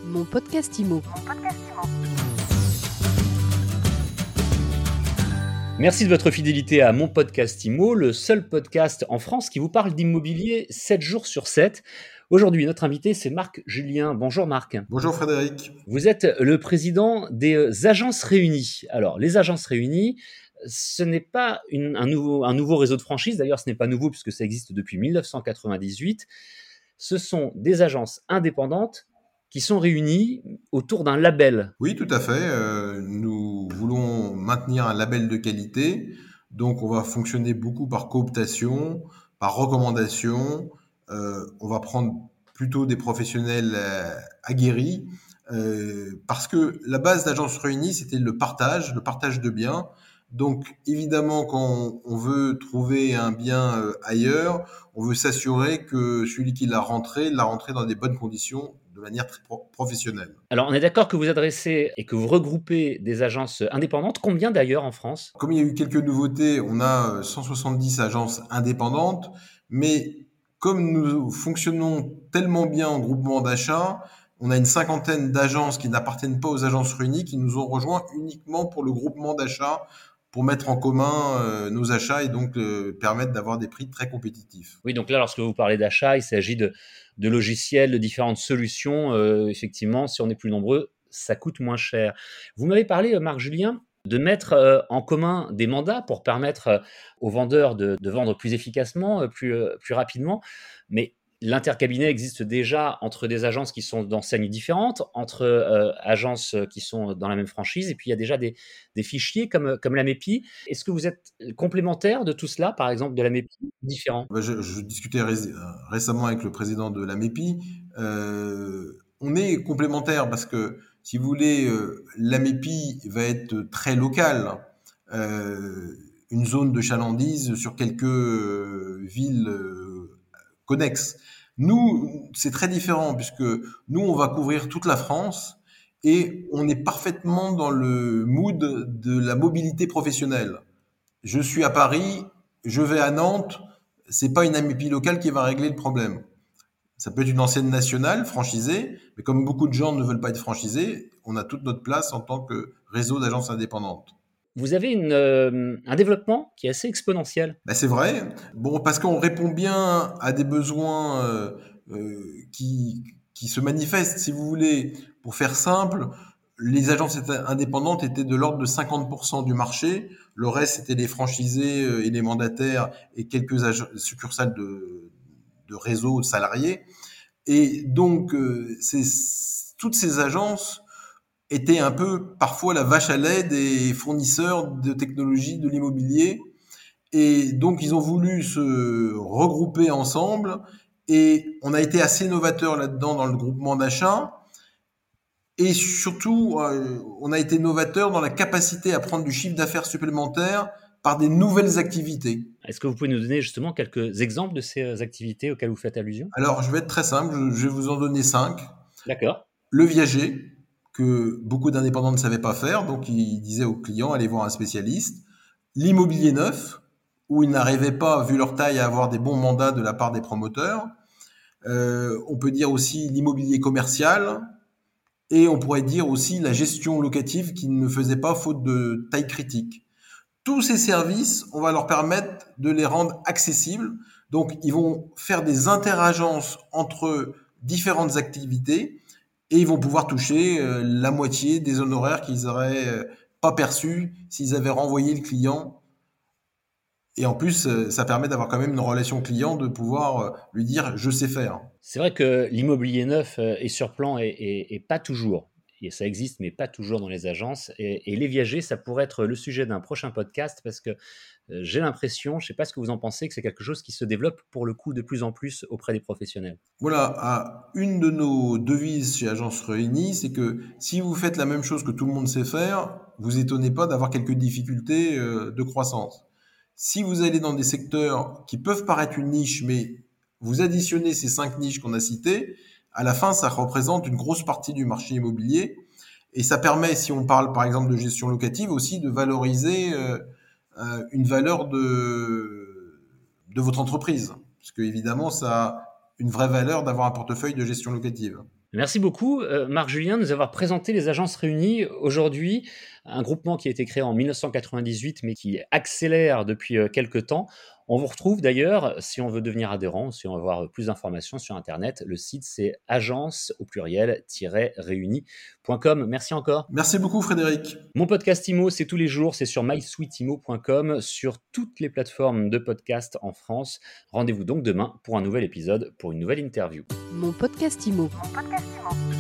Mon podcast IMO. Merci de votre fidélité à Mon podcast IMO, le seul podcast en France qui vous parle d'immobilier 7 jours sur 7. Aujourd'hui, notre invité, c'est Marc Julien. Bonjour Marc. Bonjour Frédéric. Vous êtes le président des Agences Réunies. Alors, les Agences Réunies, ce n'est pas un nouveau réseau de franchise. D'ailleurs, ce n'est pas nouveau puisque ça existe depuis 1998. Ce sont des agences indépendantes qui sont réunies autour d'un label. Oui, tout à fait. Nous voulons maintenir un label de qualité. Donc, on va fonctionner beaucoup par cooptation, par recommandation. On va prendre plutôt des professionnels aguerris. Parce que la base d'Agences Réunies, c'était le partage de biens. Donc, évidemment, quand on veut trouver un bien ailleurs, on veut s'assurer que celui qui l'a rentré dans des bonnes conditions, de manière très professionnelle. Alors, on est d'accord que vous adressez et que vous regroupez des agences indépendantes. Combien d'ailleurs en France ? Comme il y a eu quelques nouveautés, on a 170 agences indépendantes, mais comme nous fonctionnons tellement bien en groupement d'achat, on a une cinquantaine d'agences qui n'appartiennent pas aux agences réunies, qui nous ont rejoints uniquement pour le groupement d'achat, pour mettre en commun nos achats et donc permettre d'avoir des prix très compétitifs. Oui, donc là, lorsque vous parlez d'achat, il s'agit de logiciels, de différentes solutions. Effectivement, si on est plus nombreux, ça coûte moins cher. Vous m'avez parlé, Marc Julien, de mettre en commun des mandats pour permettre aux vendeurs de vendre plus efficacement, plus rapidement. Mais l'intercabinet existe déjà entre des agences qui sont d'enseignes différentes, entre agences qui sont dans la même franchise, et puis il y a déjà des fichiers comme la MEPI. Est-ce que vous êtes complémentaire de tout cela, par exemple de la MEPI, différent ? Je discutais récemment avec le président de la MEPI. On est complémentaires parce que, si vous voulez, la MEPI va être très locale. Une zone de chalandise sur quelques villes connexes. Nous, c'est très différent puisque nous, on va couvrir toute la France et on est parfaitement dans le mood de la mobilité professionnelle. Je suis à Paris, je vais à Nantes, c'est pas une MEPI locale qui va régler le problème. Ça peut être une ancienne nationale, franchisée, mais comme beaucoup de gens ne veulent pas être franchisés, on a toute notre place en tant que réseau d'agences indépendantes. Vous avez un développement qui est assez exponentiel. Ben c'est vrai. Bon, parce qu'on répond bien à des besoins qui se manifestent. Si vous voulez, pour faire simple, les agences indépendantes étaient de l'ordre de 50% du marché. Le reste, c'était les franchisés et les mandataires et quelques succursales de réseaux salariés. Et donc, toutes ces agences étaient un peu parfois la vache à lait des fournisseurs de technologies de l'immobilier. Et donc, ils ont voulu se regrouper ensemble et on a été assez novateur là-dedans dans le groupement d'achat. Et surtout, on a été novateur dans la capacité à prendre du chiffre d'affaires supplémentaire par des nouvelles activités. Est-ce que vous pouvez nous donner justement quelques exemples de ces activités auxquelles vous faites allusion ? Alors, je vais être très simple, je vais vous en donner 5. D'accord. Le viager, que beaucoup d'indépendants ne savaient pas faire, donc ils disaient aux clients, allez voir un spécialiste. L'immobilier neuf, où ils n'arrivaient pas, vu leur taille, à avoir des bons mandats de la part des promoteurs. On peut dire aussi l'immobilier commercial, et on pourrait dire aussi la gestion locative qui ne faisait pas faute de taille critique. Tous ces services, on va leur permettre de les rendre accessibles. Donc, ils vont faire des interagences entre différentes activités et ils vont pouvoir toucher la moitié des honoraires qu'ils n'auraient pas perçus s'ils avaient renvoyé le client. Et en plus, ça permet d'avoir quand même une relation client, de pouvoir lui dire « je sais faire ». C'est vrai que l'immobilier neuf est sur plan et pas toujours. Et ça existe, mais pas toujours dans les agences. Et les viagers, ça pourrait être le sujet d'un prochain podcast parce que j'ai l'impression, je ne sais pas ce que vous en pensez, que c'est quelque chose qui se développe pour le coup de plus en plus auprès des professionnels. Voilà, une de nos devises chez Agence Réunie, c'est que si vous faites la même chose que tout le monde sait faire, vous étonnez pas d'avoir quelques difficultés de croissance. Si vous allez dans des secteurs qui peuvent paraître une niche, mais vous additionnez ces 5 niches qu'on a citées, à la fin, ça représente une grosse partie du marché immobilier. Et ça permet, si on parle par exemple de gestion locative, aussi de valoriser une valeur de votre entreprise. Parce que évidemment, ça a une vraie valeur d'avoir un portefeuille de gestion locative. Merci beaucoup, Marc Julien, de nous avoir présenté les Agences Réunies aujourd'hui, un groupement qui a été créé en 1998, mais qui accélère depuis quelque temps. On vous retrouve d'ailleurs, si on veut devenir adhérent, si on veut avoir plus d'informations sur Internet, le site c'est agence au pluriel-réunis.com. Merci encore. Merci beaucoup, Frédéric. Mon podcast IMO, c'est tous les jours, c'est sur mysweetimo.com, sur toutes les plateformes de podcast en France. Rendez-vous donc demain pour un nouvel épisode, pour une nouvelle interview. Mon podcast IMO.